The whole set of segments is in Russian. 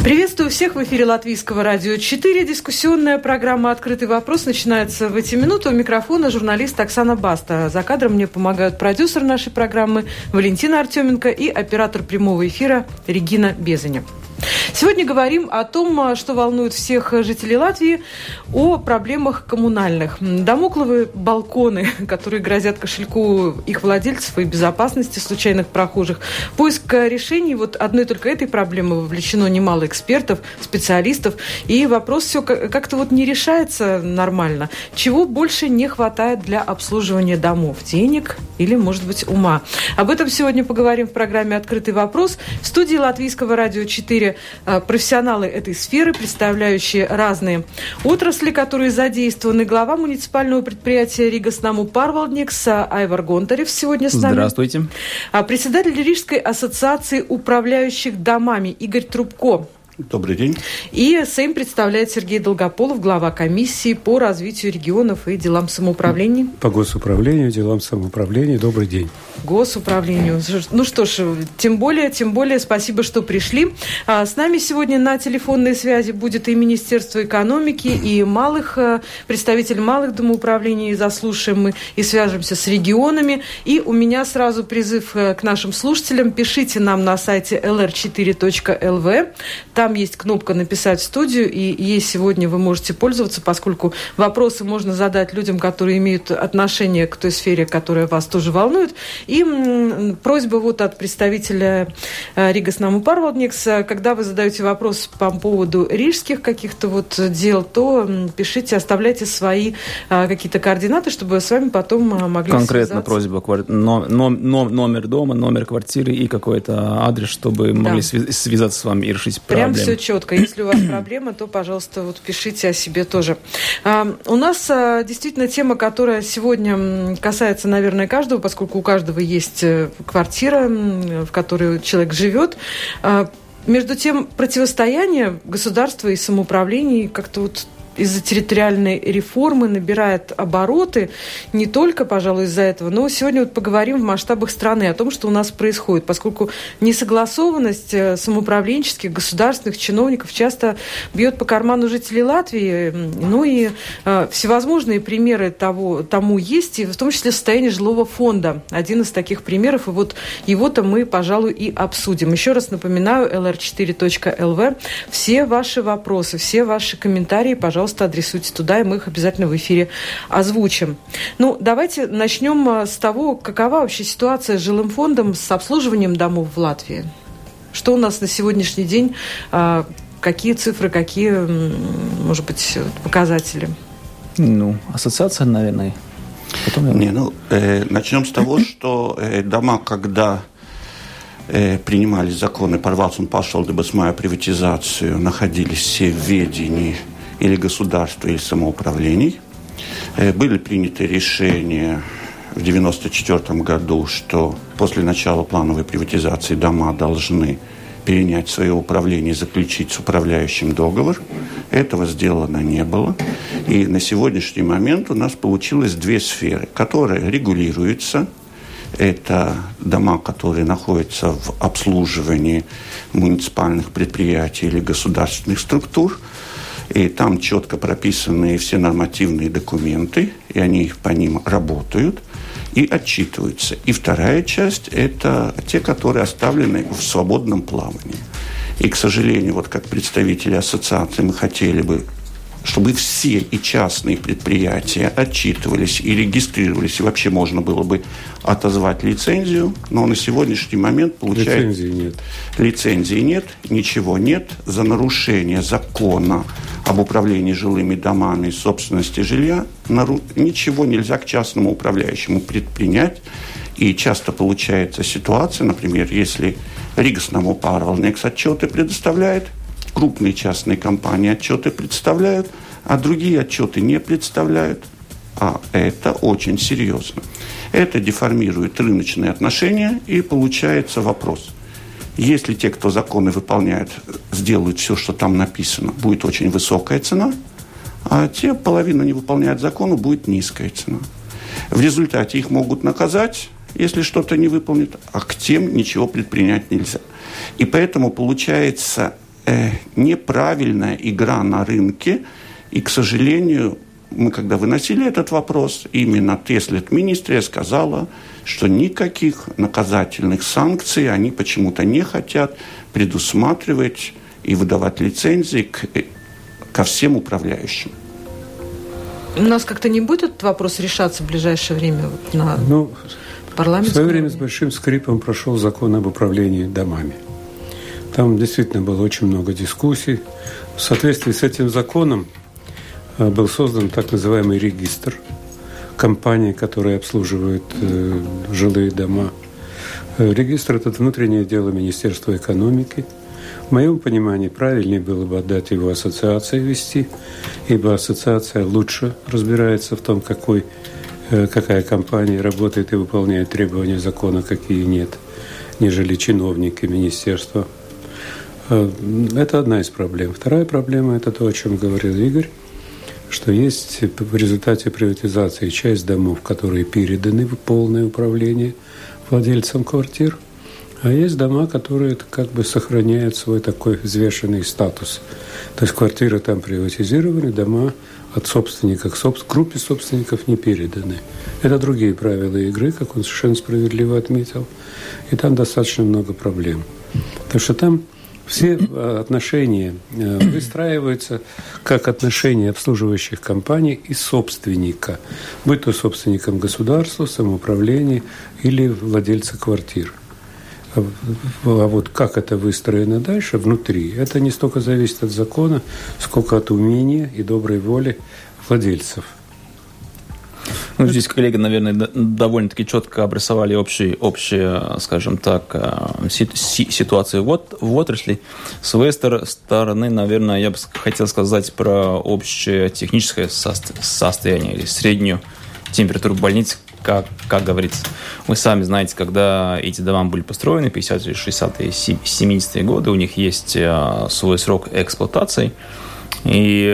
Приветствую всех в эфире Латвийского радио 4. Дискуссионная программа «Открытый вопрос» начинается в эти минуты. У микрофона журналист Оксана Баста. За кадром мне помогают продюсер нашей программы Валентина Артеменко и оператор прямого эфира Регина Безаня. Сегодня говорим о том, что волнует всех жителей Латвии, о проблемах коммунальных. Дамокловые балконы, которые грозят кошельку их владельцев и безопасности случайных прохожих. Поиск решений вот одной только этой проблемы вовлечено немало экспертов, специалистов. И вопрос все как-то вот не решается нормально. Чего больше не хватает для обслуживания домов? Денег или, может быть, ума? Об этом сегодня поговорим в программе «Открытый вопрос». В студии Латвийского радио 4 профессионалы этой сферы, представляющие разные отрасли, которые задействованы. Глава муниципального предприятия «Ригас Наму Парвалдникс» Айвар Гонтарев сегодня с нами. Здравствуйте. Председатель Рижской ассоциации управляющих домами Игорь Трубко. Добрый день. И Сейм представляет Сергей Долгополов, глава комиссии по развитию регионов и делам самоуправления. По госуправлению, делам самоуправления. Добрый день. Госуправлению. Ну что ж, тем более, спасибо, что пришли. С нами сегодня на телефонной связи будет и Министерство экономики, и представитель малых домоуправлений. Заслушаем мы и свяжемся с регионами. И у меня сразу призыв к нашим слушателям. Пишите нам на сайте lr4.lv. Там есть кнопка «Написать в студию», и ей сегодня вы можете пользоваться, поскольку вопросы можно задать людям, которые имеют отношение к той сфере, которая вас тоже волнует. И просьба вот от представителя Ригас Наму Парвалдникс: когда вы задаете вопрос по поводу рижских каких-то вот дел, то пишите, оставляйте свои какие-то координаты, чтобы с вами потом могли конкретно связаться. Просьба, номер дома, номер квартиры и какой-то адрес, чтобы могли связаться с вами и решить проблему. Прям все четко. Если у вас проблема, то, пожалуйста, вот пишите о себе тоже. У нас действительно тема, которая сегодня касается, наверное, каждого, поскольку у каждого есть квартира, в которой человек живет. Между тем, противостояние государства и самоуправления как-то вот из-за территориальной реформы набирает обороты. Не только, пожалуй, из-за этого, но сегодня вот поговорим в масштабах страны о том, что у нас происходит, поскольку несогласованность самоуправленческих, государственных чиновников часто бьет по карману жителей Латвии. Ну и всевозможные примеры тому есть, и в том числе состояние жилого фонда. Один из таких примеров, и вот его-то мы, пожалуй, и обсудим. Еще раз напоминаю, lr4.lv. Все ваши вопросы, все ваши комментарии, пожалуйста, адресуйте туда, и мы их обязательно в эфире озвучим. Ну, давайте начнем с того, какова вообще ситуация с жилым фондом, с обслуживанием домов в Латвии. Что у нас на сегодняшний день, какие цифры, какие, может быть, показатели? Ассоциация, наверное. Начнем с того, что дома, когда принимались законы par valsts un pašvaldības māju приватизацию, находились все в ведении или государства, или самоуправлений. Были приняты решения в 1994 году, что после начала плановой приватизации дома должны перенять свое управление и заключить с управляющим договор. Этого сделано не было. И на сегодняшний момент у нас получилось две сферы, которые регулируются. Это дома, которые находятся в обслуживании муниципальных предприятий или государственных структур. И там четко прописаны все нормативные документы, и они по ним работают и отчитываются. И вторая часть – это те, которые оставлены в свободном плавании. И, к сожалению, вот как представители ассоциации мы хотели бы, чтобы все и частные предприятия отчитывались и регистрировались, и вообще можно было бы отозвать лицензию, но на сегодняшний момент получается... Лицензии нет, ничего нет. За нарушение закона об управлении жилыми домами и собственности жилья ничего нельзя к частному управляющему предпринять. И часто получается ситуация, например, если Ригас Наму Парвалдникс отчеты предоставляет, крупные частные компании отчеты представляют, а другие отчеты не представляют. А это очень серьезно. Это деформирует рыночные отношения, и получается вопрос. Если те, кто законы выполняют, сделают все, что там написано, будет очень высокая цена, а те, половина не выполняют закону, будет низкая цена. В результате их могут наказать, если что-то не выполнит, а к тем ничего предпринять нельзя. И поэтому получается неправильная игра на рынке. И, к сожалению, мы, когда выносили этот вопрос, именно Тieslietu сказала, что никаких наказательных санкций они почему-то не хотят предусматривать и выдавать лицензии ко всем управляющим. У нас как-то не будет этот вопрос решаться в ближайшее время на парламентском? В свое время с большим скрипом прошел закон об управлении домами. Там действительно было очень много дискуссий. В соответствии с этим законом был создан так называемый регистр компаний, которые обслуживают жилые дома. Регистр – это внутреннее дело Министерства экономики. В моем понимании, правильнее было бы отдать его ассоциации вести, ибо ассоциация лучше разбирается в том, какая компания работает и выполняет требования закона, какие нет, нежели чиновники министерства. Это одна из проблем. Вторая проблема – это то, о чем говорил Игорь, что есть в результате приватизации часть домов, которые переданы в полное управление владельцам квартир, а есть дома, которые как бы сохраняют свой такой взвешенный статус. То есть квартиры там приватизированы, дома от собственника к группе собственников не переданы. Это другие правила игры, как он совершенно справедливо отметил, и там достаточно много проблем. Потому что там все отношения выстраиваются как отношения обслуживающих компаний и собственника, будь то собственником государства, самоуправления или владельца квартир. А вот как это выстроено дальше, внутри, это не столько зависит от закона, сколько от умения и доброй воли владельцев. Здесь коллеги, наверное, довольно-таки четко обрисовали общие, скажем так, ситуации в отрасли. С своей стороны, наверное, я бы хотел сказать про общее техническое состояние или среднюю температуру больниц, как говорится. Вы сами знаете, когда эти дома были построены, 50-е, 60-е, 70-е годы, у них есть свой срок эксплуатации. И,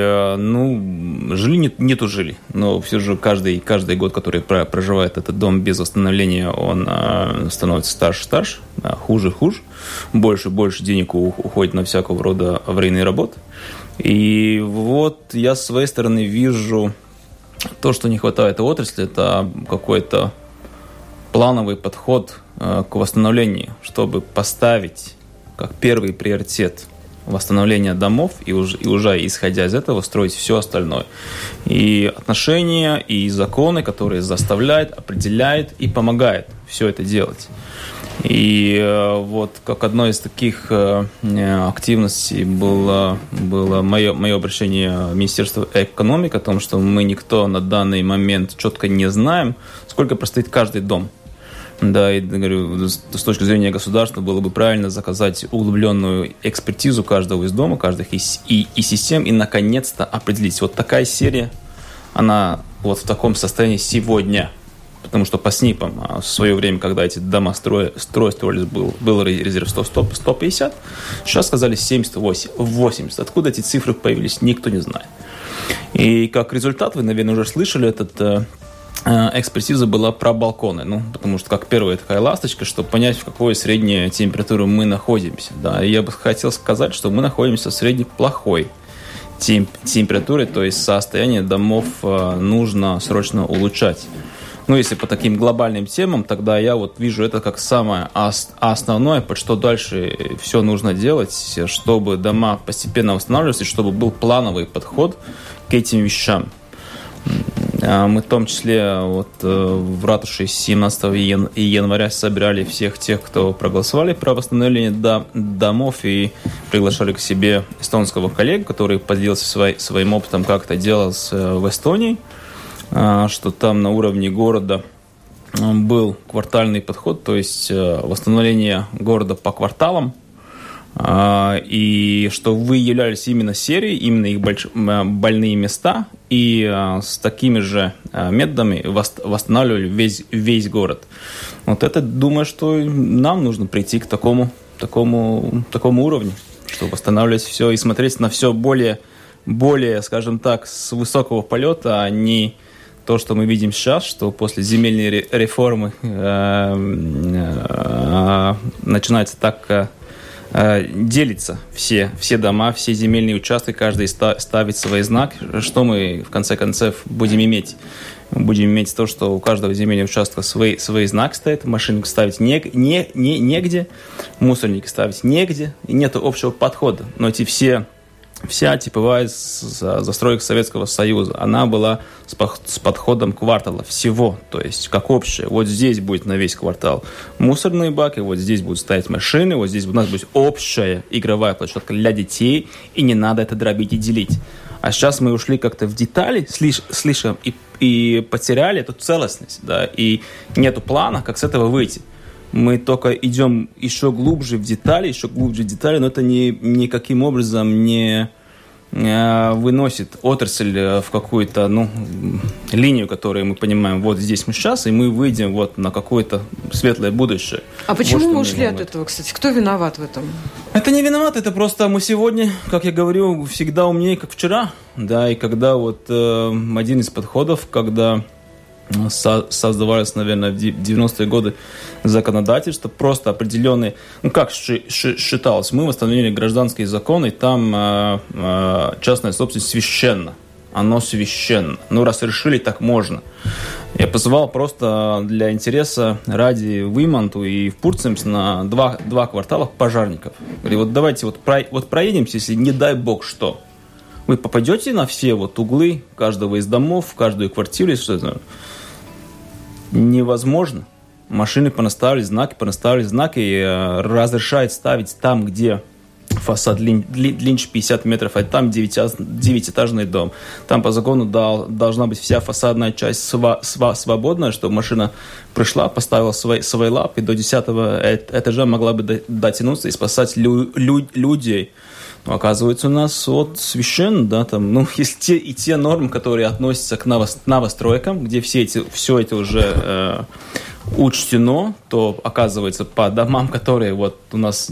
жили, нету жили. Но все же каждый год, который проживает этот дом без восстановления, он становится старше, хуже. Больше денег уходит на всякого рода аварийные работы. И вот я с своей стороны вижу то, что не хватает отрасли, это какой-то плановый подход к восстановлению, чтобы поставить как первый приоритет восстановления домов и уже исходя из этого строить все остальное. И отношения, и законы, которые заставляют, определяют и помогают все это делать. И вот как одной из таких активностей было мое обращение в Министерство экономики о том, что мы никто на данный момент четко не знаем, сколько простоит каждый дом. Да, и говорю, с точки зрения государства было бы правильно заказать углубленную экспертизу каждого из дома, каждых из систем, и наконец-то определить. Вот такая серия, она вот в таком состоянии сегодня. Потому что по СНИПам в свое время, когда эти дома строились, был резерв 150, сейчас сказали 70-80. Откуда эти цифры появились, никто не знает. И как результат, вы, наверное, уже слышали, экспертиза была про балконы. Потому что, как первая такая ласточка, чтобы понять, в какой средней температуре мы находимся. Да, и я бы хотел сказать, что мы находимся в средней плохой температуре, то есть состояние домов нужно срочно улучшать. Если по таким глобальным темам, тогда я вот вижу это как самое основное, под что дальше все нужно делать, чтобы дома постепенно восстанавливались, и чтобы был плановый подход к этим вещам. Мы в том числе в ратуше 17 января собирали всех тех, кто проголосовали про восстановление домов, и приглашали к себе эстонского коллегу, который поделился своим опытом, как это делалось в Эстонии, что там на уровне города был квартальный подход, то есть восстановление города по кварталам, и что выявлялись именно серии, именно их больные места, и с такими же методами восстанавливали весь город. Вот это, думаю, что нам нужно прийти к такому уровню, чтобы восстанавливать все и смотреть на все более, скажем так, с высокого полета, а не то, что мы видим сейчас, что после земельной реформы начинается так делится все дома, все земельные участки, каждый ставит свой знак. Что мы, в конце концов, будем иметь? Мы будем иметь то, что у каждого земельного участка свой знак стоит, машинку ставить негде, мусорник ставить негде, и нет общего подхода. Но эти вся типовая застройка Советского Союза, она была с подходом квартала всего, то есть как общее. Вот здесь будет на весь квартал мусорные баки, вот здесь будут стоять машины, вот здесь у нас будет общая игровая площадка для детей, и не надо это дробить и делить. А сейчас мы ушли как-то в детали слишком и потеряли эту целостность, да, и нету плана, как с этого выйти. Мы только идем еще глубже в детали, но это никаким образом не выносит отрасль в какую-то линию, которую мы понимаем, вот здесь мы сейчас, и мы выйдем вот на какое-то светлое будущее. А почему мы ушли от этого, кстати? Кто виноват в этом? Это не виноват, это просто мы сегодня, как я говорю, всегда умнее, как вчера. Да, и когда один из подходов, когда создавались, наверное, в 90-е годы законодательство, просто определенные, как считалось, мы восстановили гражданские законы, и там частная собственность священна. Оно священно. Раз решили, так можно. Я позвал просто для интереса ради в Иманту и в Пурцемс на два квартала пожарников. Говорю, давайте проедемся, если не дай бог что. Вы попадете на все углы каждого из домов, в каждую квартиру, если что-то. Невозможно. Машины понаставили знаки и разрешают ставить там, где фасад длиннее 50 метров, а там 9-этажный дом. Там по закону должна быть вся фасадная часть свободная, чтобы машина пришла, поставила свои лапы, до 10-го этажа могла бы дотянуться и спасать людей. Но оказывается, у нас священно, да, есть те нормы, которые относятся к новостройкам, где все это уже учтено, то оказывается по домам, которые у нас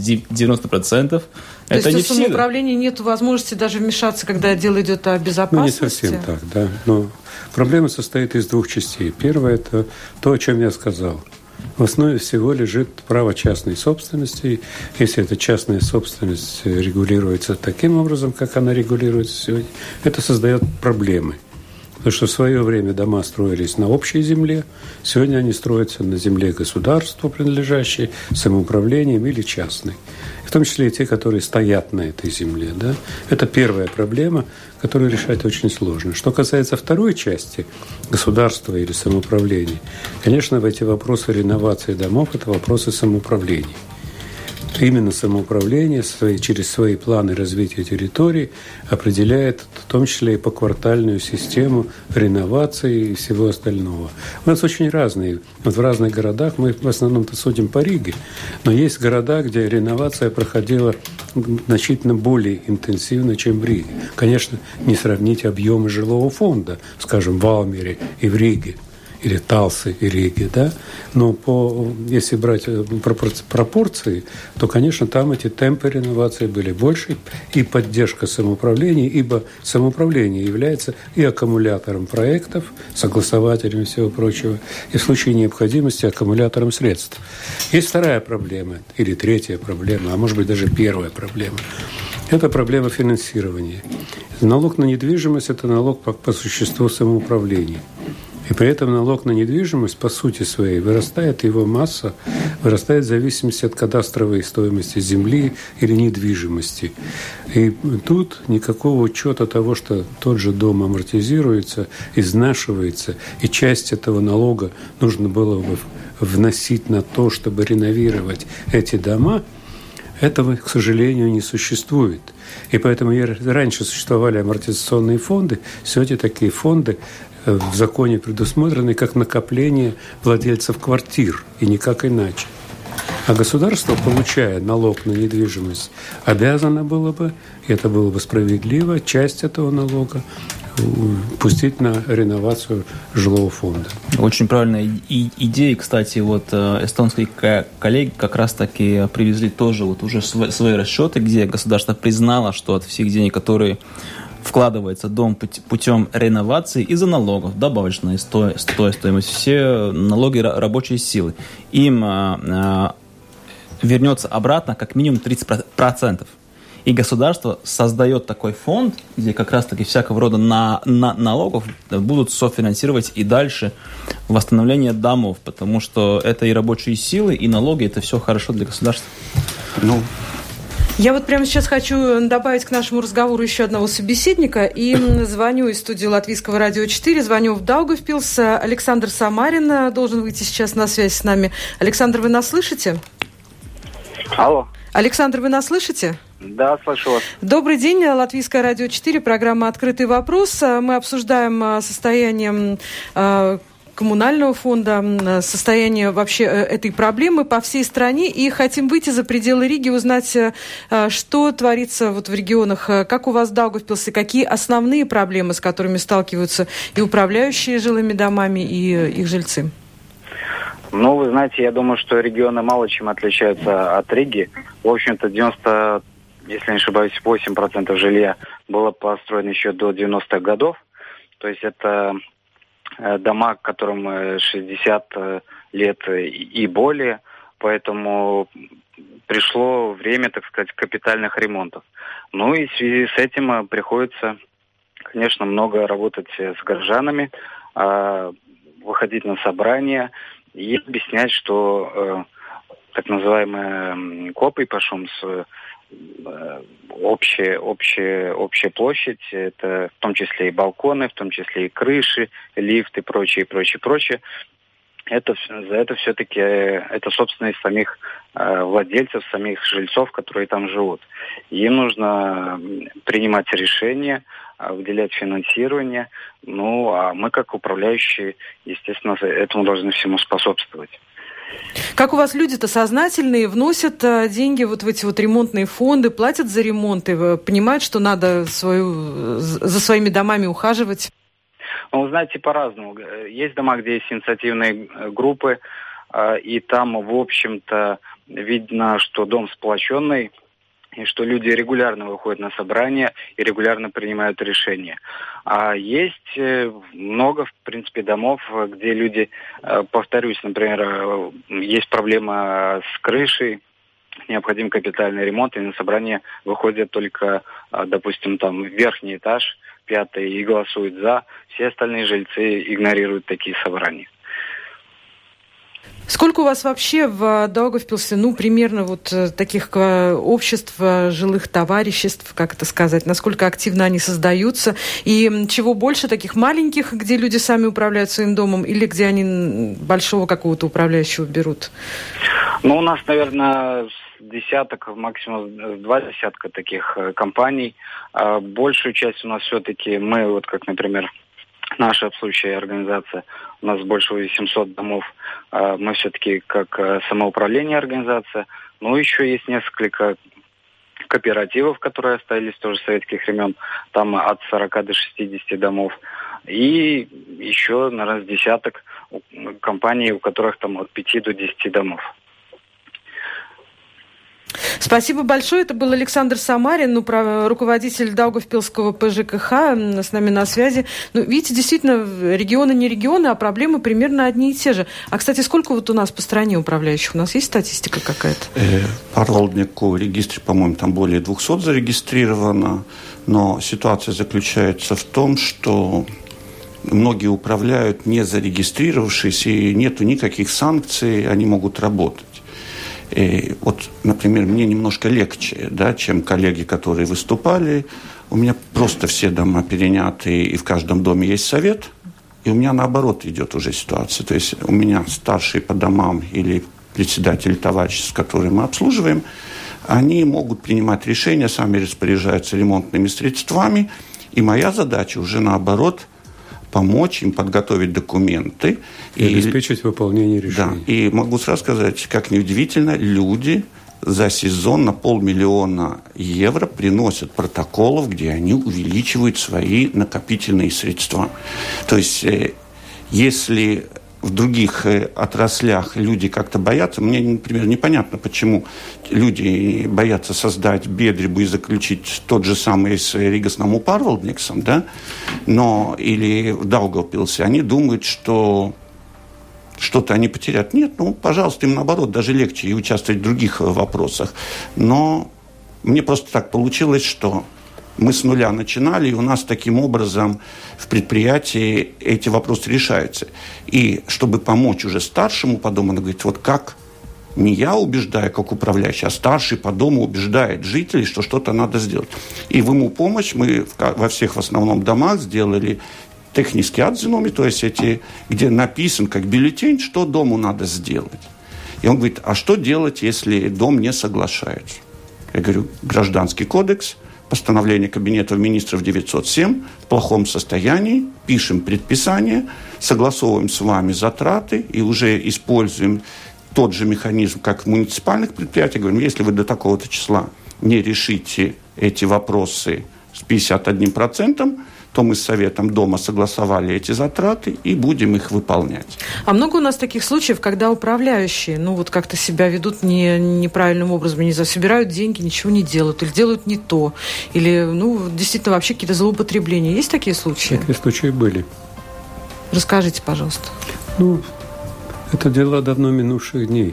90%, то это есть не в самоуправлении нет возможности даже вмешаться, когда дело идет о безопасности? Не совсем так, да. Но проблема состоит из двух частей. Первое – это то, о чем я сказал. В основе всего лежит право частной собственности. Если эта частная собственность регулируется таким образом, как она регулируется сегодня, это создает проблемы. Потому что в свое время дома строились на общей земле, сегодня они строятся на земле государству, принадлежащей самоуправлением или частной. В том числе и те, которые стоят на этой земле. Да? Это первая проблема, которую решать очень сложно. Что касается второй части государства или самоуправления, конечно, эти вопросы реновации домов – это вопросы самоуправления. Именно самоуправление через свои планы развития территории определяет в том числе и поквартальную систему реновации и всего остального. У нас очень разные. В разных городах, мы в основном-то судим по Риге, но есть города, где реновация проходила значительно более интенсивно, чем в Риге. Конечно, не сравнить объемы жилого фонда, скажем, в Валмере и в Риге, или Талсы и Риги, да? Но если брать пропорции, то, конечно, там эти темпы реновации были больше, и поддержка самоуправления, ибо самоуправление является и аккумулятором проектов, согласователем и всего прочего, и в случае необходимости аккумулятором средств. Есть вторая проблема, или третья проблема, а может быть даже первая проблема. Это проблема финансирования. Налог на недвижимость – это налог по существу самоуправления. И при этом налог на недвижимость, по сути своей, вырастает, его масса вырастает в зависимости от кадастровой стоимости земли или недвижимости. И тут никакого учета того, что тот же дом амортизируется, изнашивается, и часть этого налога нужно было бы вносить на то, чтобы реновировать эти дома, этого, к сожалению, не существует. И поэтому раньше существовали амортизационные фонды, сегодня такие фонды в законе предусмотрены как накопление владельцев квартир, и никак иначе. А государство, получая налог на недвижимость, обязано было бы, и это было бы справедливо, часть этого налога пустить на реновацию жилого фонда. Очень правильная идея. Кстати, эстонские коллеги как раз-таки привезли тоже уже свои расчеты, где государство признало, что от всех денег, которые вкладывается дом путем реновации из-за налогов, добавочная стоимость, все налоги рабочей силы. Им вернется обратно как минимум 30%. И государство создает такой фонд, где как раз-таки всякого рода налогов будут софинансировать и дальше восстановление домов, потому что это и рабочие силы, и налоги, это все хорошо для государства. Я вот прямо сейчас хочу добавить к нашему разговору еще одного собеседника. И звоню из студии Латвийского радио 4. Звоню в Даугавпилс. Александр Самарин должен выйти сейчас на связь с нами. Александр, вы нас слышите? Алло. Александр, вы нас слышите? Да, слышу вас. Добрый день, Латвийское радио 4, программа «Открытый вопрос». Мы обсуждаем состояние коммунального фонда, состояние вообще этой проблемы по всей стране. И хотим выйти за пределы Риги, узнать, что творится вот в регионах. Как у вас в Даугавпилсе, какие основные проблемы, с которыми сталкиваются и управляющие жилыми домами, и их жильцы? Ну, вы знаете, я думаю, что регионы мало чем отличаются от Риги. В общем-то, 90, если не ошибаюсь, 8% жилья было построено еще до 90-х годов. То есть это дома, которым 60 лет и более. Поэтому пришло время, так сказать, капитальных ремонтов. Ну и в связи с этим приходится, конечно, много работать с горожанами, выходить на собрания и объяснять, что так называемые копы пашумс, общая площадь, это в том числе и балконы, в том числе и крыши, лифты, прочее. За это все-таки это собственность самих владельцев, самих жильцов, которые там живут. Им нужно принимать решения, выделять финансирование. Ну, а мы, как управляющие, естественно, этому должны всему способствовать. Как у вас люди-то сознательные, вносят деньги вот в эти вот ремонтные фонды, платят за ремонты, понимают, что надо за своими домами ухаживать? Ну, вы знаете, по-разному. Есть дома, где есть инициативные группы, и там, в общем-то, видно, что дом сплоченный, и что люди регулярно выходят на собрания и регулярно принимают решения. А есть много, в принципе, домов, где люди, повторюсь, например, есть проблема с крышей, необходим капитальный ремонт, и на собрание выходят только, допустим, там верхний этаж, 5-й, и голосуют за. Все остальные жильцы игнорируют такие собрания. Сколько у вас вообще в Даугавпилсе, примерно вот таких обществ, жилых товариществ, как это сказать, насколько активно они создаются? И чего больше, таких маленьких, где люди сами управляют своим домом, или где они большого какого-то управляющего берут? Ну, у нас, наверное, десяток, максимум 20 таких компаний. Большую часть у нас все-таки мы, вот как, например, наша обслуживающая организация, у нас больше 800 домов, мы все-таки как самоуправление организация. Но еще есть несколько кооперативов, которые остались тоже с советских времен, там от 40 до 60 домов. И еще, наверное, десяток компаний, у которых там от 5 до 10 домов. Спасибо большое. Это был Александр Самарин, руководитель Даугавпилского ПЖКХ, с нами на связи. Видите, действительно, регионы не регионы, а проблемы примерно одни и те же. А, кстати, сколько вот у нас по стране управляющих? У нас есть статистика какая-то? По Ролднику регистре, по-моему, там более 200 зарегистрировано. Но ситуация заключается в том, что многие управляют не зарегистрировавшись, и нету никаких санкций, они могут работать. И вот, например, мне немножко легче, чем коллеги, которые выступали. У меня просто все дома переняты, и в каждом доме есть совет. И у меня наоборот идет уже ситуация. То есть у меня старшие по домам или председатели товариществ, которые мы обслуживаем, они могут принимать решения, сами распоряжаются ремонтными средствами. И моя задача уже наоборот помочь им подготовить документы. И обеспечить выполнение решений. Да, и могу сразу сказать, как неудивительно, люди за сезон на 500 000 евро приносят протоколов, где они увеличивают свои накопительные средства. То есть, если в других отраслях люди как-то боятся, мне, например, непонятно, почему люди боятся создать бедребу и заключить тот же самый с Риgas Namu pārvaldniekam, но или в Daugavpilсе, они думают, что что-то они потеряют. Нет, пожалуйста, им наоборот даже легче и участвовать в других вопросах. Но мне просто так получилось, что мы с нуля начинали, и у нас таким образом в предприятии эти вопросы решаются. И чтобы помочь уже старшему по дому, она говорит, вот как не я убеждаю, как управляющий, а старший по дому убеждает жителей, что что-то надо сделать. И в ему помощь мы во всех в основном домах сделали технические отзывы, то есть эти, где написан как бюллетень, что дому надо сделать. И он говорит, а что делать, если дом не соглашается? Я говорю, гражданский кодекс, постановление Кабинета министров 907 в плохом состоянии, пишем предписание, согласовываем с вами затраты и уже используем тот же механизм, как в муниципальных предприятиях. Говорим, если вы до такого-то числа не решите эти вопросы с 51%, то мы с Советом дома согласовали эти затраты и будем их выполнять. А много у нас таких случаев, когда управляющие, как-то себя ведут неправильным образом, не собирают деньги, ничего не делают, или делают не то, или, действительно, вообще какие-то злоупотребления. Есть такие случаи? Такие случаи были. Расскажите, пожалуйста. Это дела давно минувших дней.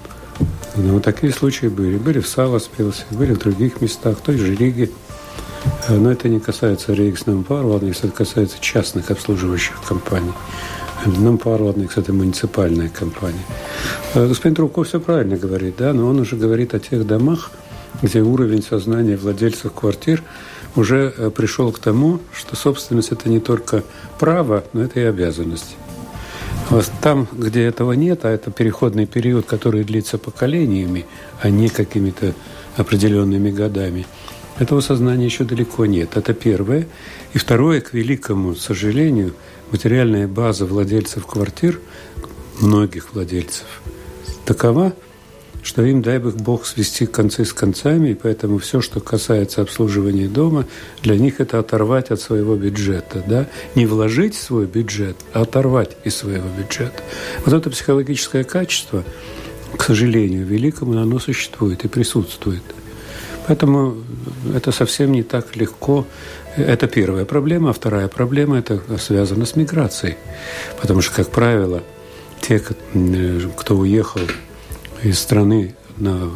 Но такие случаи были. Были в Саласпилсе, были в других местах, в той же Риге. Но это не касается Рейкс-Нампарвалдникс, это касается частных обслуживающих компаний. Нампарвалдникс – это муниципальная компания. Господин Трубков все правильно говорит, да, но он уже говорит о тех домах, где уровень сознания владельцев квартир уже пришел к тому, что собственность – это не только право, но это и обязанность. Там, где этого нет, а это переходный период, который длится поколениями, а не какими-то определенными годами, этого сознания еще далеко нет. Это первое. И второе, к великому сожалению, материальная база владельцев квартир, многих владельцев, такова, что им, дай Бог, свести концы с концами, и поэтому все, что касается обслуживания дома, для них это оторвать от своего бюджета. Да? Не вложить в свой бюджет, а оторвать из своего бюджета. Вот это психологическое качество, к сожалению, великому, оно существует и присутствует. Поэтому это совсем не так легко. Это первая проблема. А вторая проблема – это связано с миграцией. Потому что, как правило, те, кто уехал из страны на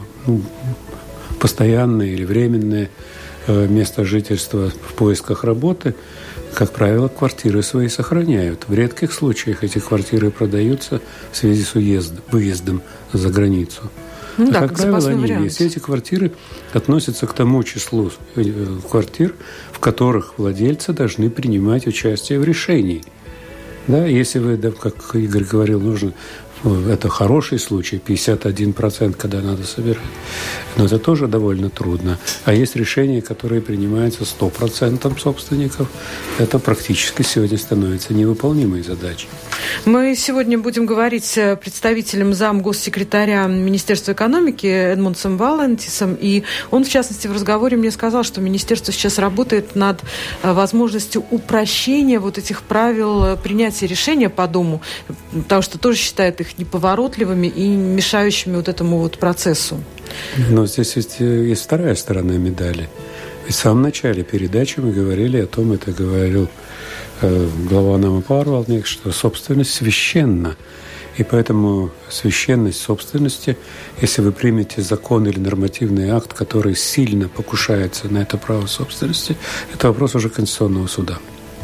постоянное или временное место жительства в поисках работы, как правило, квартиры свои сохраняют. В редких случаях эти квартиры продаются в связи с выездом за границу. Как правило, они есть. Эти квартиры относятся к тому числу квартир, в которых владельцы должны принимать участие в решении. Да, если вы, как Игорь говорил, нужно... Это хороший случай, 51%, когда надо собирать. Но это тоже довольно трудно. А есть решения, которые принимаются 100% собственников. Это практически сегодня становится невыполнимой задачей. Мы сегодня будем говорить с представителем замгоссекретаря Министерства экономики Эдмундсом Валантисом. И он, в частности, в разговоре мне сказал, что министерство сейчас работает над возможностью упрощения вот этих правил принятия решения по дому, потому что тоже считает их неповоротливыми и мешающими вот этому вот процессу. Но здесь есть вторая сторона медали. Ведь в самом начале передачи мы говорили о том, это говорил глава Нампарвалдникс, что собственность священна. И поэтому священность собственности, если вы примете закон или нормативный акт, который сильно покушается на это право собственности, это вопрос уже Конституционного суда.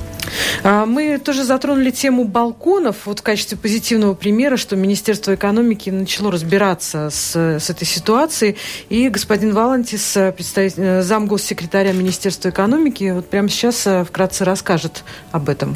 Мы тоже затронули тему балконов вот в качестве позитивного примера, что Министерство экономики начало разбираться с этой ситуацией. И господин Валантис, замгоссекретаря Министерства экономики, вот прямо сейчас вкратце расскажет об этом.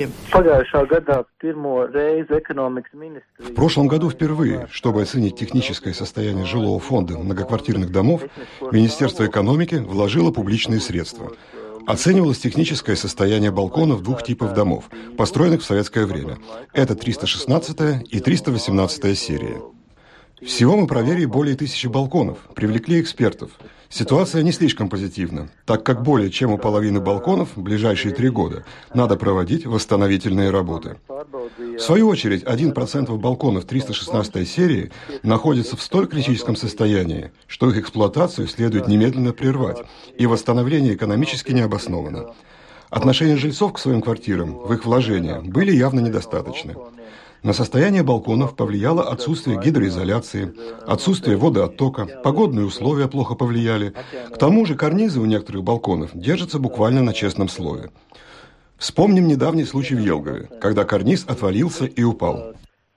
В прошлом году впервые, чтобы оценить техническое состояние жилого фонда многоквартирных домов, Министерство экономики вложило публичные средства. Оценивалось техническое состояние балконов двух типов домов, построенных в советское время. Это 316 и 318 серии. Всего мы проверили более 1000 балконов, привлекли экспертов. Ситуация не слишком позитивна, так как более чем у половины балконов в ближайшие 3 года надо проводить восстановительные работы. В свою очередь, 1% балконов 316 серии находится в столь критическом состоянии, что их эксплуатацию следует немедленно прервать, и восстановление экономически не обосновано. Отношение жильцов к своим квартирам в их вложения были явно недостаточны. На состояние балконов повлияло отсутствие гидроизоляции, отсутствие водооттока, погодные условия плохо повлияли. К тому же карнизы у некоторых балконов держатся буквально на честном слове. Вспомним недавний случай в Елгове, когда карниз отвалился и упал.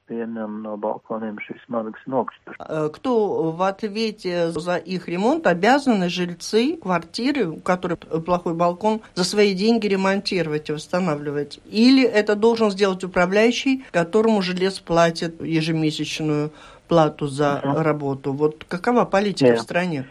Кто в ответе за их ремонт? Обязаны жильцы квартиры, у которых плохой балкон, за свои деньги ремонтировать и восстанавливать? Или это должен сделать управляющий, которому жилец платит ежемесячную плату за работу? Вот какова политика в стране?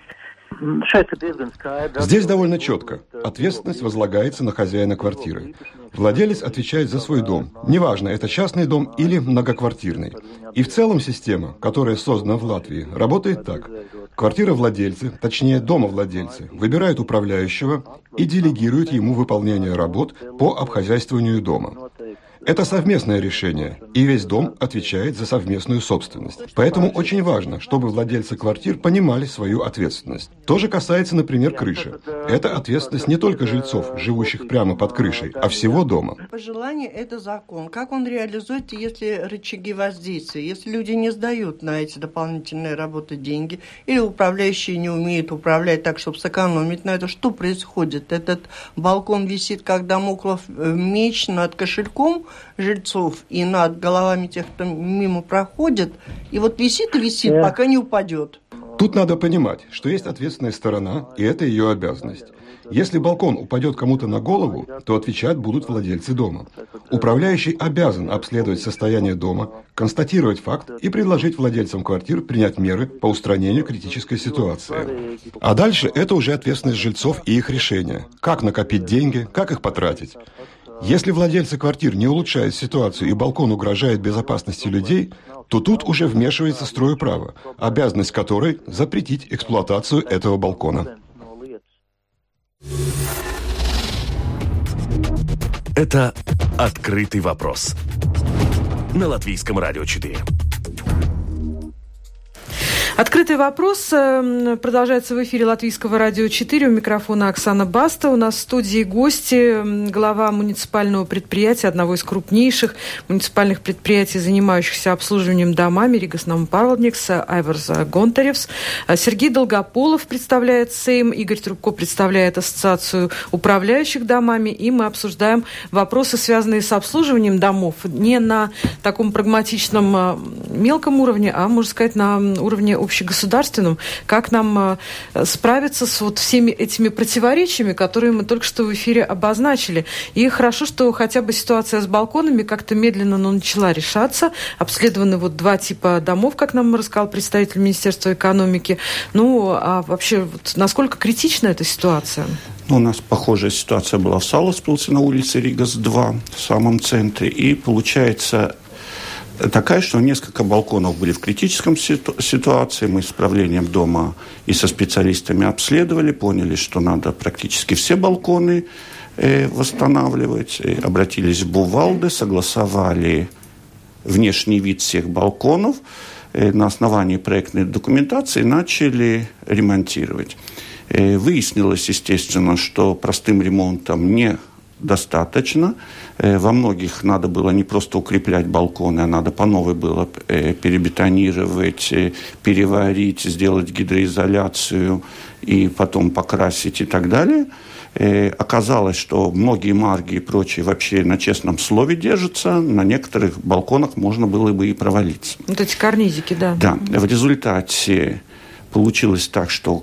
Здесь довольно четко. Ответственность возлагается на хозяина квартиры. Владелец отвечает за свой дом. Неважно, это частный дом или многоквартирный. И в целом система, которая создана в Латвии, работает так. Квартировладельцы, точнее домовладельцы, выбирают управляющего и делегируют ему выполнение работ по обхозяйствованию дома. Это совместное решение, и весь дом отвечает за совместную собственность. Поэтому очень важно, чтобы владельцы квартир понимали свою ответственность. То же касается, например, крыши. Это ответственность не только жильцов, живущих прямо под крышей, а всего дома. Пожелание – это закон. Как он реализуется, если рычаги воздействия, если люди не сдают на эти дополнительные работы деньги, или управляющие не умеют управлять так, чтобы сэкономить на это? Что происходит? Этот балкон висит, как дамоклов меч над кошельком жильцов и над головами тех, кто мимо проходит, и вот висит и висит, пока не упадет. Тут надо понимать, что есть ответственная сторона, и это ее обязанность. Если балкон упадет кому-то на голову, то отвечать будут владельцы дома. Управляющий обязан обследовать состояние дома, констатировать факт и предложить владельцам квартир принять меры по устранению критической ситуации. А дальше это уже ответственность жильцов и их решение. Как накопить деньги, как их потратить. Если владельцы квартир не улучшают ситуацию и балкон угрожает безопасности людей, то тут уже вмешивается стройуправа, обязанность которой запретить эксплуатацию этого балкона. Это «Открытый вопрос» на Латвийском радио 4. Открытый вопрос продолжается в эфире Латвийского радио 4. У микрофона Оксана Баста. У нас в студии гости, глава муниципального предприятия, одного из крупнейших муниципальных предприятий, занимающихся обслуживанием домами, Ригас Нампарлдникс, Айварс Гонтаревс. Сергей Долгополов представляет Сейм, Игорь Трубко представляет Ассоциацию управляющих домами. И мы обсуждаем вопросы, связанные с обслуживанием домов не на таком прагматичном мелком уровне, а, можно сказать, на уровне общегосударственном, как нам справиться с вот всеми этими противоречиями, которые мы только что в эфире обозначили. И хорошо, что хотя бы ситуация с балконами как-то медленно, но начала решаться. Обследованы вот 2 типа домов, как нам рассказал представитель Министерства экономики. Ну, а вообще, вот, насколько критична эта ситуация? У нас похожая ситуация была в Саласпилсе на улице Ригас 2, в самом центре. И получается такая, что несколько балконов были в критическом ситуации. Мы с правлением дома и со специалистами обследовали, поняли, что надо практически все балконы восстанавливать. Обратились в Бувалде, согласовали внешний вид всех балконов. На основании проектной документации начали ремонтировать. Выяснилось, естественно, что простым ремонтом недостаточно. Во многих надо было не просто укреплять балконы, а надо по новой было перебетонировать, переварить, сделать гидроизоляцию и потом покрасить и так далее. Оказалось, что многие марги и прочие вообще на честном слове держатся. На некоторых балконах можно было бы и провалиться. Вот эти карнизики, да. Да. В результате получилось так, что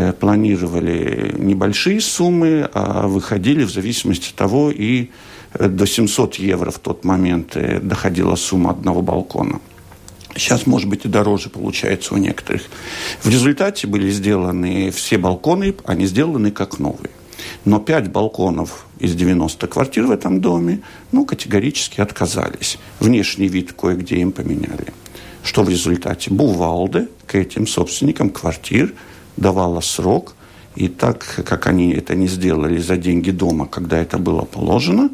планировали небольшие суммы, а выходили в зависимости от того и до 700 евро в тот момент доходила сумма одного балкона. Сейчас, может быть, и дороже получается у некоторых. В результате были сделаны все балконы, они сделаны как новые. Но 5 балконов из 90 квартир в этом доме, категорически отказались. Внешний вид кое-где им поменяли. Что в результате? Бувалде к этим собственникам квартир давала срок. И так как они это не сделали за деньги дома, когда это было положено,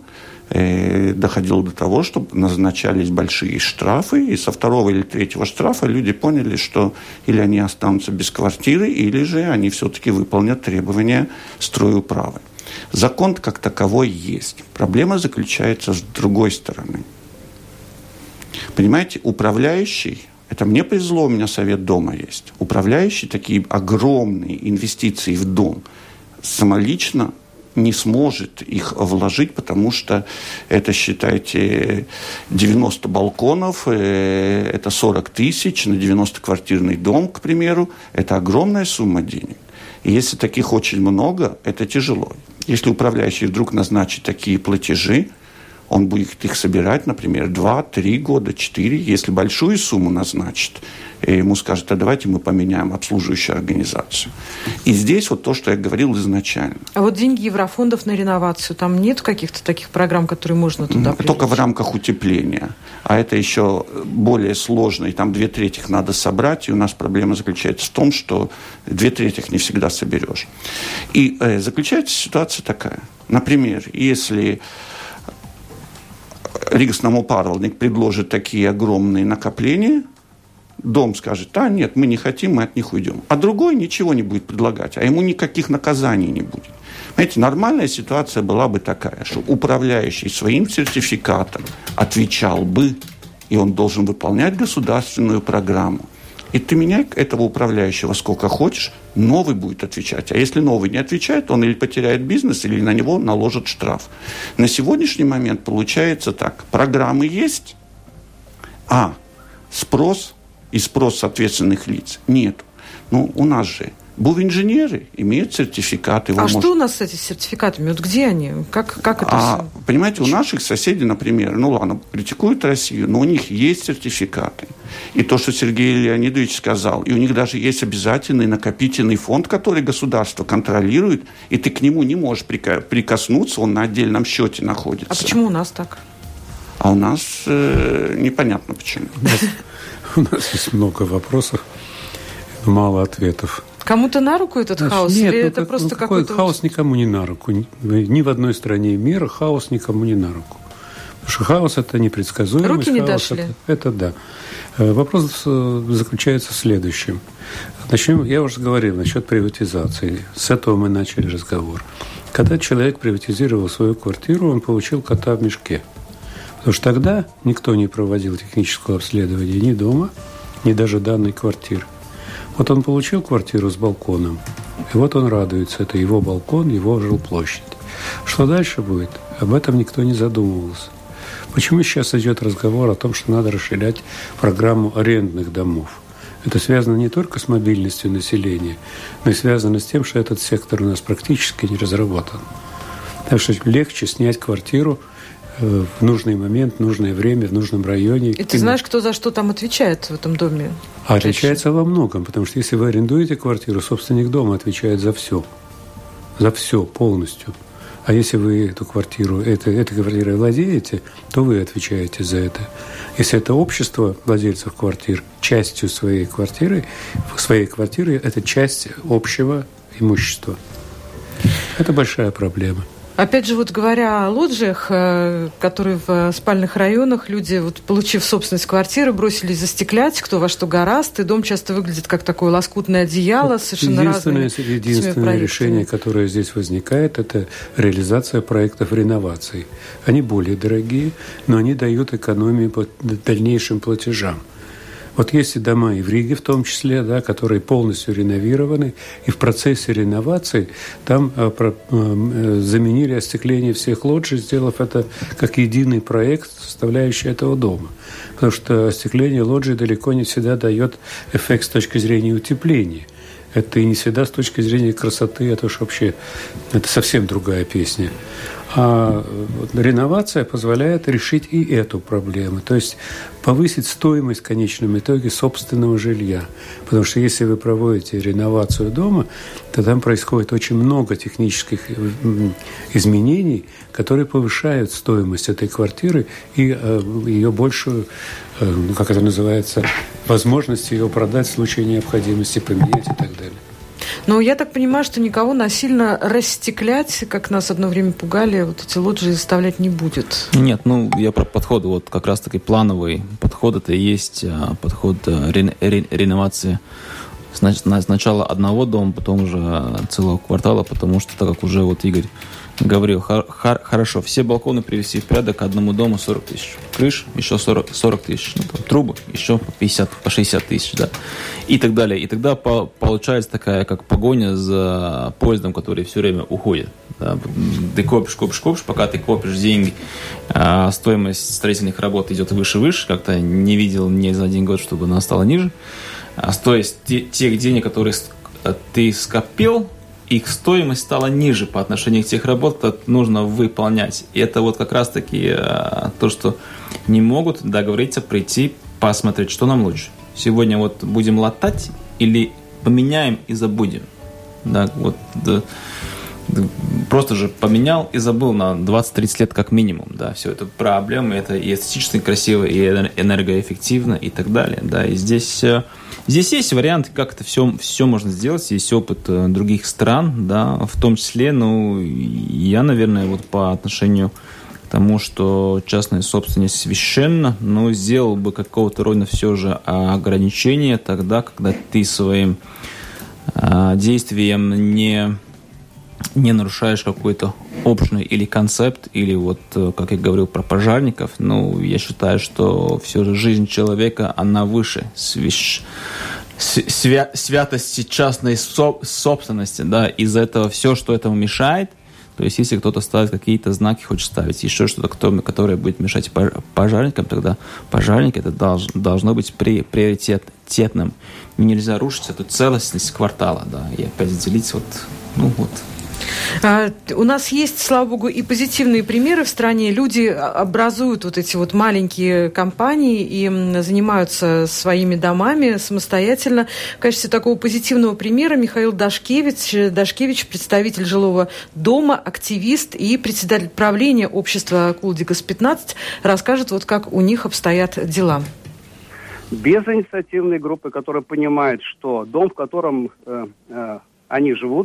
доходило до того, что назначались большие штрафы. И со 2-го или 3-го штрафа люди поняли, что или они останутся без квартиры, или же они все-таки выполнят требования стройуправы. Закон как таковой есть. Проблема заключается с другой стороны. Понимаете, управляющий, это мне повезло, у меня совет дома есть, управляющий такие огромные инвестиции в дом самолично не сможет их вложить, потому что это, считайте, 90 балконов, это 40 тысяч на 90-квартирный дом, к примеру. Это огромная сумма денег. И если таких очень много, это тяжело. Если управляющий вдруг назначит такие платежи, он будет их собирать, например, 2-3 года, 4. Если большую сумму назначит, ему скажут, а давайте мы поменяем обслуживающую организацию. И здесь вот то, что я говорил изначально. А вот деньги еврофондов на реновацию, там нет каких-то таких программ, которые можно туда привлечь? Только в рамках утепления. А это еще более сложно, и там 2/3 надо собрать, и у нас проблема заключается в том, что 2/3 не всегда соберешь. И заключается ситуация такая. Например, если Рīgas namu pārvaldnieks предложит такие огромные накопления, дом скажет, нет, мы не хотим, мы от них уйдем. А другой ничего не будет предлагать, а ему никаких наказаний не будет. Понимаете, нормальная ситуация была бы такая, что управляющий своим сертификатом отвечал бы, и он должен выполнять государственную программу. И ты меняй этого управляющего сколько хочешь, новый будет отвечать. А если новый не отвечает, он или потеряет бизнес, или на него наложат штраф. На сегодняшний момент получается так. Программы есть, а спрос и спрос ответственных лиц нет. У нас же бувинженеры имеют сертификаты. Что у нас с этими сертификатами? Вот где они? Как это все? Понимаете, у наших соседей, например, критикуют Россию, но у них есть сертификаты. И то, что Сергей Леонидович сказал, и у них даже есть обязательный накопительный фонд, который государство контролирует, и ты к нему не можешь прикоснуться, он на отдельном счете находится. А почему у нас так? А у нас непонятно почему. У нас есть много вопросов, мало ответов. Кому-то на руку этот хаос? Нет, или это просто какой-то... Хаос никому не на руку. Ни в одной стране мира хаос никому не на руку. Потому что хаос – это непредсказуемость. Руки не дошли. Это да. Вопрос заключается в следующем. Начнем, я уже говорил насчет приватизации. С этого мы начали разговор. Когда человек приватизировал свою квартиру, он получил кота в мешке. Потому что тогда никто не проводил технического обследования ни дома, ни даже данной квартиры. Вот он получил квартиру с балконом, и вот он радуется. Это его балкон, его жилплощадь. Что дальше будет? Об этом никто не задумывался. Почему сейчас идет разговор о том, что надо расширять программу арендных домов? Это связано не только с мобильностью населения, но и связано с тем, что этот сектор у нас практически не разработан. Так что легче снять квартиру в нужный момент, в нужное время, в нужном районе. И ты знаешь, кто за что там отвечает в этом доме? Отличается во многом, потому что если вы арендуете квартиру, собственник дома отвечает за все. За все полностью. А если вы этой квартирой владеете, то вы отвечаете за это. Если это общество владельцев квартир, частью своей квартиры, это часть общего имущества. Это большая проблема. Опять же, говоря о лоджиях, которые в спальных районах, люди, получив собственность квартиры, бросились застеклять, кто во что горазд, и дом часто выглядит как такое лоскутное одеяло, совершенно разные. Единственное решение, которое здесь возникает, это реализация проектов реноваций. Они более дорогие, но они дают экономию по дальнейшим платежам. Есть и дома, и в Риге в том числе, которые полностью реновированы, и в процессе реновации там заменили остекление всех лоджий, сделав это как единый проект, составляющий этого дома. Потому что остекление лоджий далеко не всегда дает эффект с точки зрения утепления. Это и не всегда с точки зрения красоты, это уж вообще это совсем другая песня. А реновация позволяет решить и эту проблему, то есть повысить стоимость в конечном итоге собственного жилья. Потому что если вы проводите реновацию дома, то там происходит очень много технических изменений, которые повышают стоимость этой квартиры и ее большую, как это называется, возможность ее продать в случае необходимости, поменять и так далее. Но я так понимаю, что никого насильно расстеклять, как нас одно время пугали, эти лоджии заставлять не будет. Нет, я про подход, как раз-таки плановый подход, это и есть подход реновации сначала одного дома, потом уже целого квартала, потому что, так как уже Игорь говорил, хорошо, все балконы привести в порядок, к одному дому 40 тысяч. Крыш еще 40 тысяч. Ну, там, трубы еще по 60 тысяч, да. И так далее. И тогда получается такая, как погоня за поездом, который все время уходит. Да. Ты копишь, пока ты копишь деньги, стоимость строительных работ идет выше. Как-то не видел ни за один год, чтобы она стала ниже. А стоимость тех денег, которые ты скопил, их стоимость стала ниже по отношению к тех работ, которые нужно выполнять. И это вот как раз-таки то, что не могут договориться, прийти, посмотреть, что нам лучше. Сегодня вот будем латать или поменяем и забудем. Да, вот, да, просто же поменял и забыл на 20-30 лет как минимум. Да, все это проблемы, это и эстетично, и красиво, и энергоэффективно, и так далее. Да, и здесь есть варианты, как это все можно сделать, есть опыт других стран, да, в том числе, я, наверное, вот по отношению к тому, что частная собственность священна, сделал бы какого-то рода все же ограничение тогда, когда ты своим действием не нарушаешь какой-то общий или концепт, или вот, как я говорил про пожарников, я считаю, что все же жизнь человека, она выше святости частной собственности, да, из-за этого все, что этому мешает, то есть если кто-то ставит какие-то знаки, хочет ставить еще что-то, которое будет мешать пожарникам, тогда пожарник это должно быть приоритетным. Нельзя рушить эту целостность квартала, да, и опять делить вот. У нас есть, слава богу, и позитивные примеры в стране. Люди образуют вот эти вот маленькие компании и занимаются своими домами самостоятельно. В качестве такого позитивного примера Михаил Дашкевич, представитель жилого дома, активист и председатель правления общества Кулдигас-15, расскажет, вот как у них обстоят дела. Без инициативной группы, которая понимает, что дом, в котором они живут,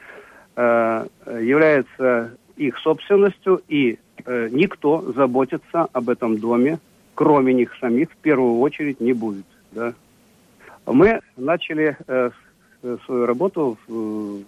является их собственностью, и никто заботиться об этом доме, кроме них самих, в первую очередь не будет. Да? Мы начали свою работу в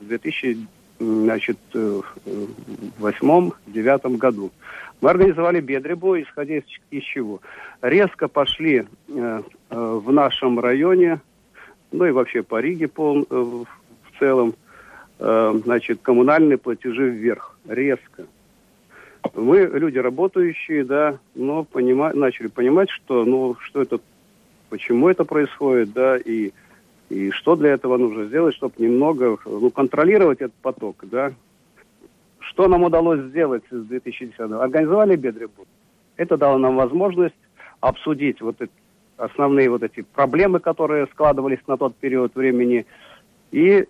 2008-2009 году. Мы организовали Бедребу, исходя из чего? Резко пошли в нашем районе, и вообще по Риге в целом, коммунальные платежи вверх, резко. Мы, люди работающие, да, но начали понимать, что, что это, почему это происходит, да, и что для этого нужно сделать, чтобы немного, контролировать этот поток, да. Что нам удалось сделать с 2010-го? Организовали Бедребу. Это дало нам возможность обсудить основные эти проблемы, которые складывались на тот период времени, и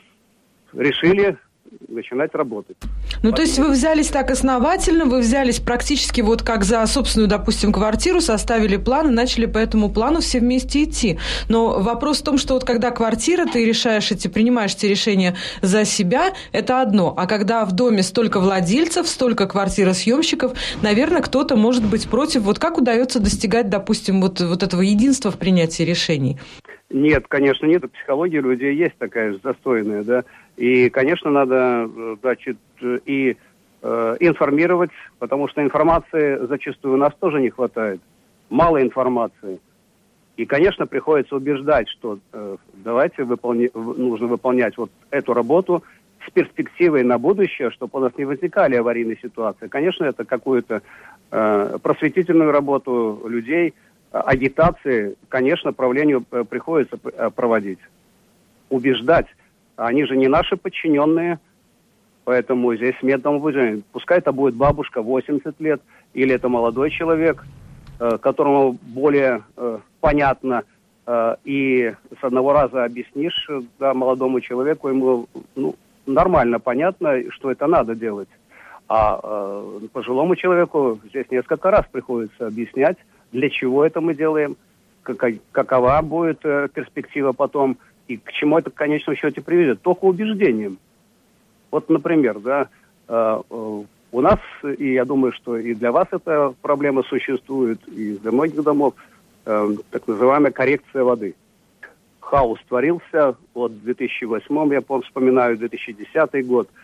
решили начинать работать. То есть вы взялись так основательно, вы взялись практически вот как за собственную, допустим, квартиру, составили план и начали по этому плану все вместе идти. Но вопрос в том, что вот когда квартира, ты принимаешь эти решения за себя, это одно. А когда в доме столько владельцев, столько квартиросъемщиков, наверное, кто-то может быть против. Вот как удается достигать, допустим, вот этого единства в принятии решений? Нет, конечно, нет. Психология людей есть такая же застойная, да. И, конечно, надо, и информировать, потому что информации зачастую у нас тоже не хватает. Мало информации. И, конечно, приходится убеждать, что давайте нужно выполнять вот эту работу с перспективой на будущее, чтобы у нас не возникали аварийные ситуации. Конечно, это какую-то просветительную работу людей, агитации, конечно, правлению приходится проводить. Убеждать. Они же не наши подчиненные, поэтому здесь методом выживания. Пускай это будет бабушка 80 лет, или это молодой человек, которому более понятно, и с одного раза объяснишь молодому человеку, ему нормально понятно, что это надо делать. А пожилому человеку здесь несколько раз приходится объяснять, для чего это мы делаем, какова будет перспектива потом, и к чему это в конечном счете приведет. Только убеждением. Вот, например, у нас, и я думаю, что и для вас эта проблема существует, и для многих домов, так называемая коррекция воды. Хаос творился, 2008, я вспоминаю, 2010 год.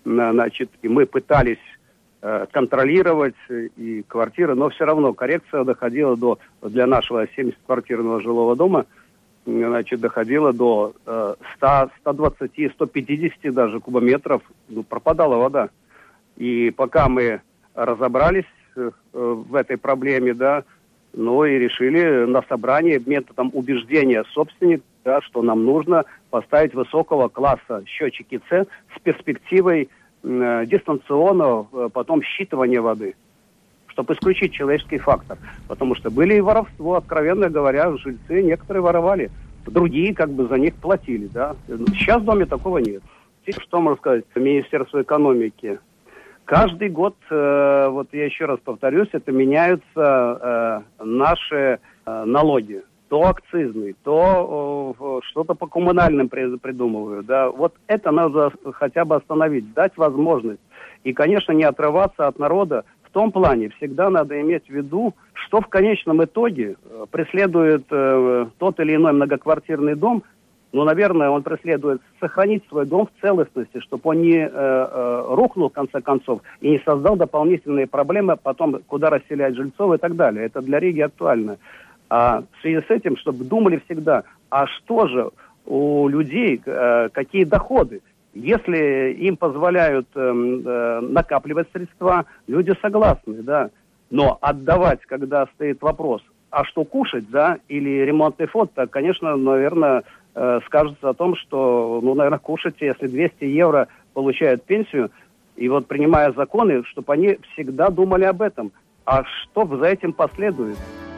значит, и мы пытались контролировать и квартиры, но все равно коррекция доходила для нашего 70-квартирного жилого дома, значит, доходила до 100, 120, 150 даже кубометров, пропадала вода. И пока мы разобрались в этой проблеме, да, ну и решили на собрании методом убеждения собственника, да, что нам нужно поставить высокого класса счетчики С с перспективой дистанционного потом считывания воды, чтобы исключить человеческий фактор. Потому что были и воровство, откровенно говоря, жильцы некоторые воровали, другие как бы за них платили, да. Сейчас в доме такого нет. Что можно сказать? Министерство экономики. Каждый год, вот я еще раз повторюсь, это меняются наши налоги. То акцизный, то что-то по коммунальным придумывают. Да. Вот это надо хотя бы остановить, дать возможность. И, конечно, не отрываться от народа. В том плане всегда надо иметь в виду, что в конечном итоге преследует тот или иной многоквартирный дом. Ну, наверное, он преследует сохранить свой дом в целостности, чтобы он не рухнул, в конце концов, и не создал дополнительные проблемы потом, куда расселять жильцов и так далее. Это для Риги актуально. А в связи с этим, чтобы думали всегда, а что же у людей, какие доходы? Если им позволяют накапливать средства, люди согласны, да. Но отдавать, когда стоит вопрос, а что кушать, да, или ремонтный фонд, то, конечно, наверное, скажется о том, что, ну, наверное, кушайте, если 200 евро получают пенсию, и вот принимая законы, чтобы они всегда думали об этом. А что за этим последует?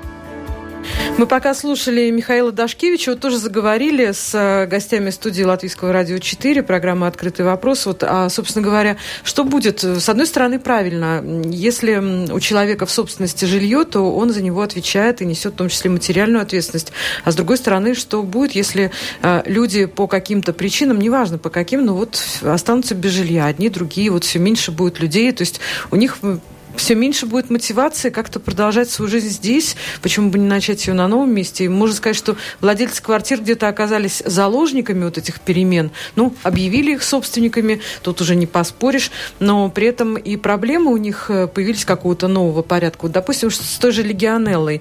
Мы пока слушали Михаила Дашкевича, вот тоже заговорили с гостями студии Латвийского радио 4, программа «Открытый вопрос». Вот, собственно говоря, что будет? С одной стороны, правильно, если у человека в собственности жилье, то он за него отвечает и несет в том числе материальную ответственность. А с другой стороны, что будет, если люди по каким-то причинам, неважно по каким, но вот останутся без жилья, одни, другие, вот все меньше будет людей, то есть у них все меньше будет мотивации как-то продолжать свою жизнь здесь. Почему бы не начать ее на новом месте? И можно сказать, что владельцы квартир где-то оказались заложниками вот этих перемен. Ну, объявили их собственниками, тут уже не поспоришь. Но при этом и проблемы у них появились какого-то нового порядка. Вот, допустим, с той же легионеллой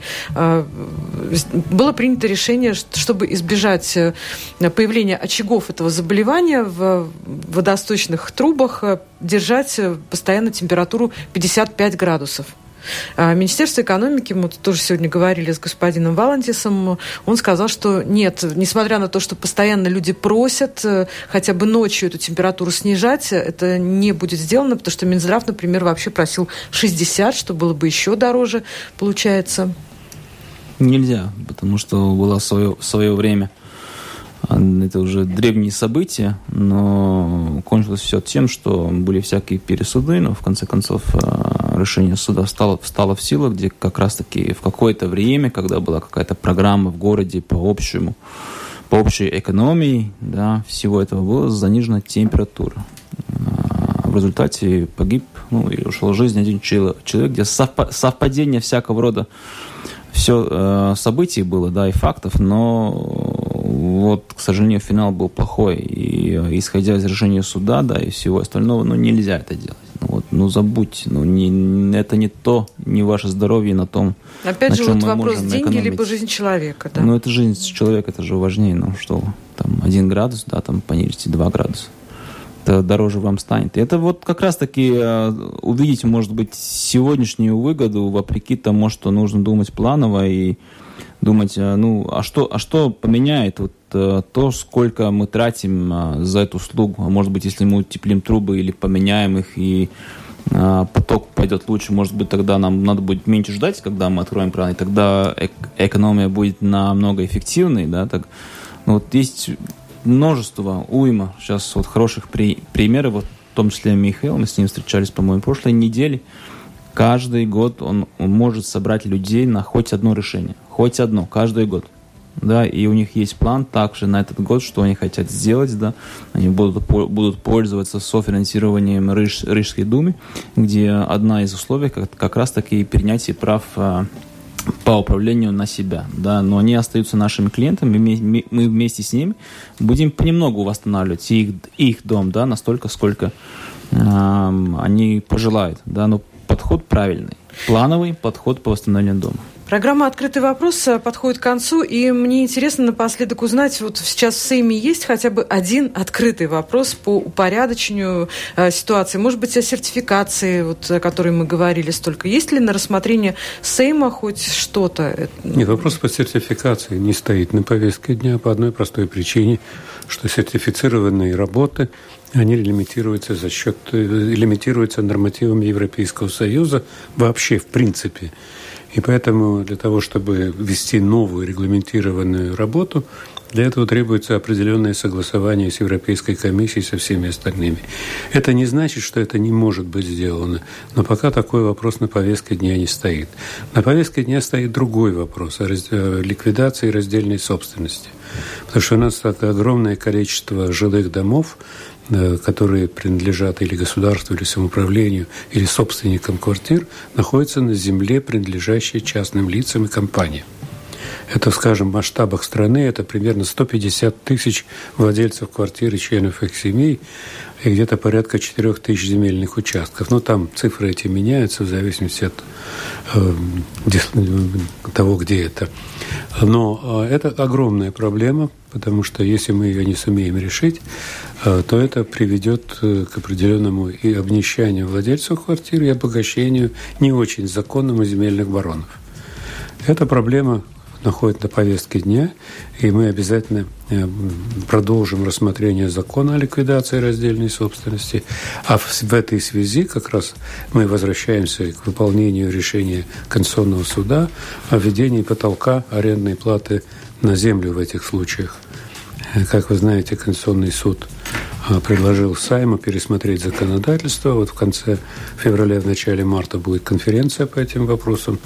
было принято решение, чтобы избежать появления очагов этого заболевания в водосточных трубах, держать постоянно температуру 55 градусов. Министерство экономики, мы тоже сегодня говорили с господином Валантисом, он сказал, что нет, несмотря на то, что постоянно люди просят хотя бы ночью эту температуру снижать, это не будет сделано, потому что Минздрав, например, вообще просил 60, что было бы еще дороже, получается. Нельзя, потому что было свое время. Это уже древние события, но кончилось все тем, что были всякие пересуды, но в конце концов решение суда стало в силу, где как раз-таки в какое-то время, когда была какая-то программа в городе по общей экономии, да, всего этого была занижена температура. В результате погиб, и ушел в жизнь один человек, где совпадение всякого рода все событий было, да, и фактов, но вот, к сожалению, финал был плохой. И исходя из решения суда, да, и всего остального, нельзя это делать. Забудьте, это не то, не ваше здоровье на том, опять на же, чем вот мы вопрос можем деньги, экономить. либо жизнь человека, да? Это жизнь человека, это же важнее, там 1 градус, да, там понизите 2 градуса. Это дороже вам станет. И это вот как раз-таки увидеть, может быть, сегодняшнюю выгоду, вопреки тому, что нужно думать планово и думать, а что поменяет то, сколько мы тратим за эту услугу. А может быть, если мы утеплим трубы или поменяем их, и поток пойдет лучше, может быть, тогда нам надо будет меньше ждать, когда мы откроем кран, и тогда экономия будет намного эффективной. Да? Так, есть множество, уйма сейчас хороших примеров, в том числе Михаил, мы с ним встречались, по-моему, в прошлой неделе. Каждый год он может собрать людей на хоть одно решение. Хоть одно, каждый год. Да, и у них есть план также на этот год, что они хотят сделать. Да. Они будут пользоваться софинансированием Рижской думы, где одна из условий как раз-таки принятие прав по управлению на себя. Да. Но они остаются нашими клиентами, мы вместе с ними будем понемногу восстанавливать их дом, да, настолько, сколько они пожелают. Да, но подход правильный. Плановый подход по восстановлению дома. Программа «Открытый вопрос» подходит к концу, и мне интересно напоследок узнать, вот сейчас в Сейме есть хотя бы один открытый вопрос по упорядочению ситуации, может быть, о сертификации, вот, о которой мы говорили столько. Есть ли на рассмотрение Сейма хоть что-то? Нет, вопрос по сертификации не стоит на повестке дня по одной простой причине, что сертифицированные работы, они лимитируются лимитируются нормативами Европейского Союза вообще в принципе. И поэтому для того, чтобы ввести новую регламентированную работу, для этого требуется определенное согласование с Европейской комиссией и со всеми остальными. Это не значит, что это не может быть сделано, но пока такой вопрос на повестке дня не стоит. На повестке дня стоит другой вопрос о ликвидации раздельной собственности. Потому что у нас такое огромное количество жилых домов, которые принадлежат или государству, или самоуправлению, или собственникам квартир, находятся на земле, принадлежащей частным лицам и компаниям. Это, скажем, в масштабах страны, это примерно 150 тысяч владельцев квартир и членов их семей, и где-то порядка 4 тысяч земельных участков. Но там цифры эти меняются в зависимости от того, где это. Но это огромная проблема, потому что если мы ее не сумеем решить, то это приведет к определенному и обнищанию владельцев квартир, и обогащению не очень законным земельных баронов. Эта проблема находит на повестке дня, и мы обязательно продолжим рассмотрение закона о ликвидации раздельной собственности. А в этой связи как раз мы возвращаемся к выполнению решения Конституционного суда о введении потолка арендной платы на землю в этих случаях. Как вы знаете, Конституционный суд предложил Сейму пересмотреть законодательство. Вот в конце февраля, в начале марта будет конференция по этим вопросам,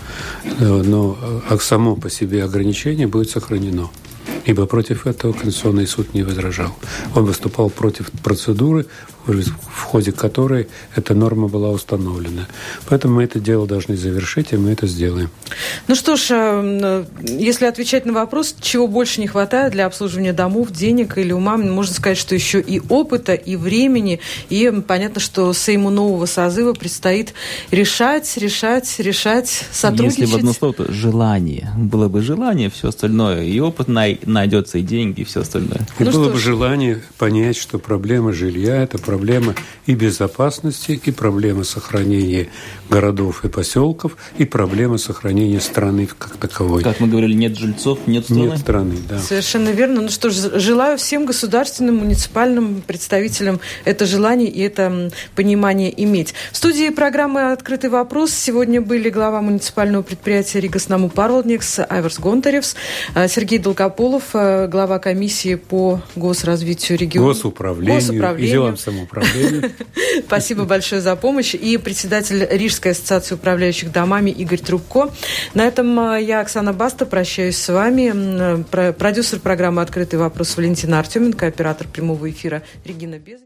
но само по себе ограничение будет сохранено. Ибо против этого Конституционный суд не возражал. Он выступал против процедуры, в ходе которой эта норма была установлена. Поэтому мы это дело должны завершить, и мы это сделаем. Ну что ж, если отвечать на вопрос, чего больше не хватает для обслуживания домов, денег или ума, можно сказать, что еще и опыта, и времени, и понятно, что Сейму нового созыва предстоит решать, сотрудничать. Если в одно слово, то желание. Было бы желание, все остальное, и опыт найдется, и деньги, и все остальное. И было бы желание понять, что проблема жилья – это проблема и безопасности, и проблема сохранения городов и поселков, и проблема сохранения страны как таковой. Как мы говорили, нет жильцов, нет страны. Нет страны, да. Совершенно верно. Ну что ж, желаю всем государственным, муниципальным представителям это желание и это понимание иметь. В студии программы «Открытый вопрос» сегодня были глава муниципального предприятия «Рига Снаму Парвалдникс» Айварс Гонтаревс, Сергей Долгополов, глава комиссии по госразвитию региона. Госуправлению. И делам самоуправления. Спасибо большое за помощь. И председатель Рижской ассоциации управляющих домами Игорь Трубко. На этом я, Оксана Баста, прощаюсь с вами. Продюсер программы «Открытый вопрос» Валентина Артеменко, оператор прямого эфира Регина Безы.